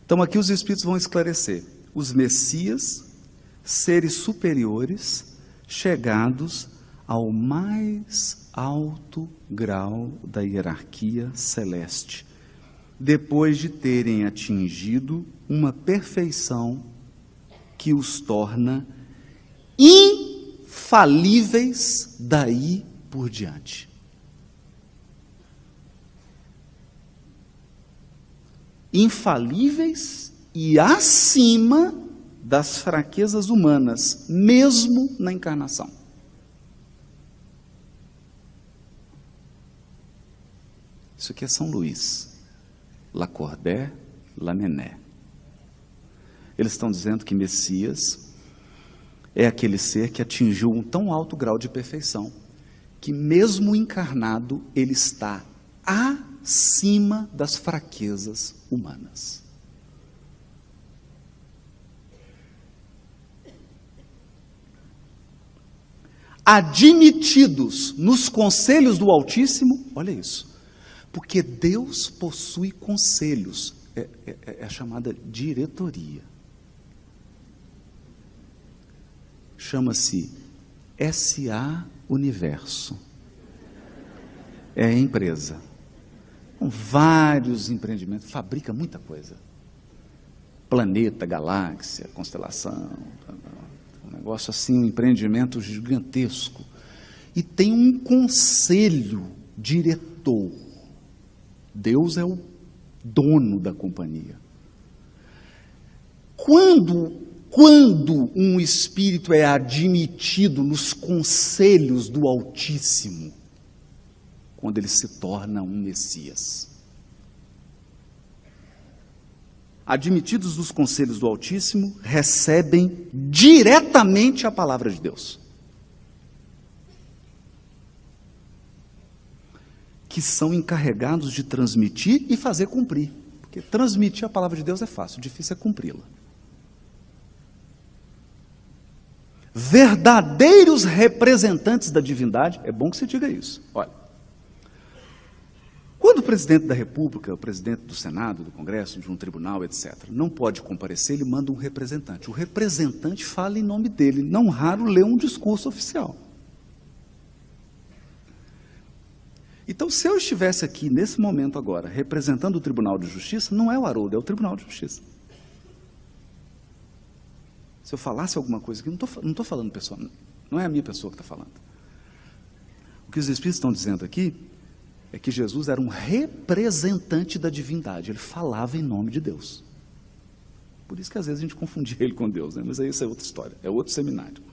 Então aqui os Espíritos vão esclarecer. Os Messias, seres superiores, chegados ao mais alto grau da hierarquia celeste, depois de terem atingido uma perfeição que os torna infalíveis daí por diante. Infalíveis e acima das fraquezas humanas, mesmo na encarnação. Isso aqui é São Luís, Lacordaire, Lamennais. Eles estão dizendo que Messias é aquele ser que atingiu um tão alto grau de perfeição, que mesmo encarnado, ele está acima das fraquezas humanas. Admitidos nos conselhos do Altíssimo, olha isso, porque Deus possui conselhos, é a chamada diretoria. Chama-se SA Universo. É a empresa. Com vários empreendimentos, fabrica muita coisa. Planeta, galáxia, constelação, um negócio assim, um empreendimento gigantesco. E tem um conselho diretor. Deus é o dono da companhia. Quando um espírito é admitido nos conselhos do Altíssimo, quando ele se torna um Messias. Admitidos nos conselhos do Altíssimo, recebem diretamente a palavra de Deus, que são encarregados de transmitir e fazer cumprir, porque transmitir a palavra de Deus é fácil, difícil é cumpri-la. Verdadeiros representantes da divindade, é bom que você diga isso. Olha, quando o presidente da República, o presidente do Senado, do Congresso, de um tribunal, etc., não pode comparecer, ele manda um representante. O representante fala em nome dele, não raro lê um discurso oficial. Então, se eu estivesse aqui, nesse momento agora, representando o Tribunal de Justiça, não é o Haroldo, é o Tribunal de Justiça. Se eu falasse alguma coisa aqui, não estou falando pessoa, não é a minha pessoa que está falando. O que os Espíritos estão dizendo aqui é que Jesus era um representante da divindade, ele falava em nome de Deus. Por isso que às vezes a gente confundia ele com Deus, né? Mas aí isso é outra história, é outro seminário.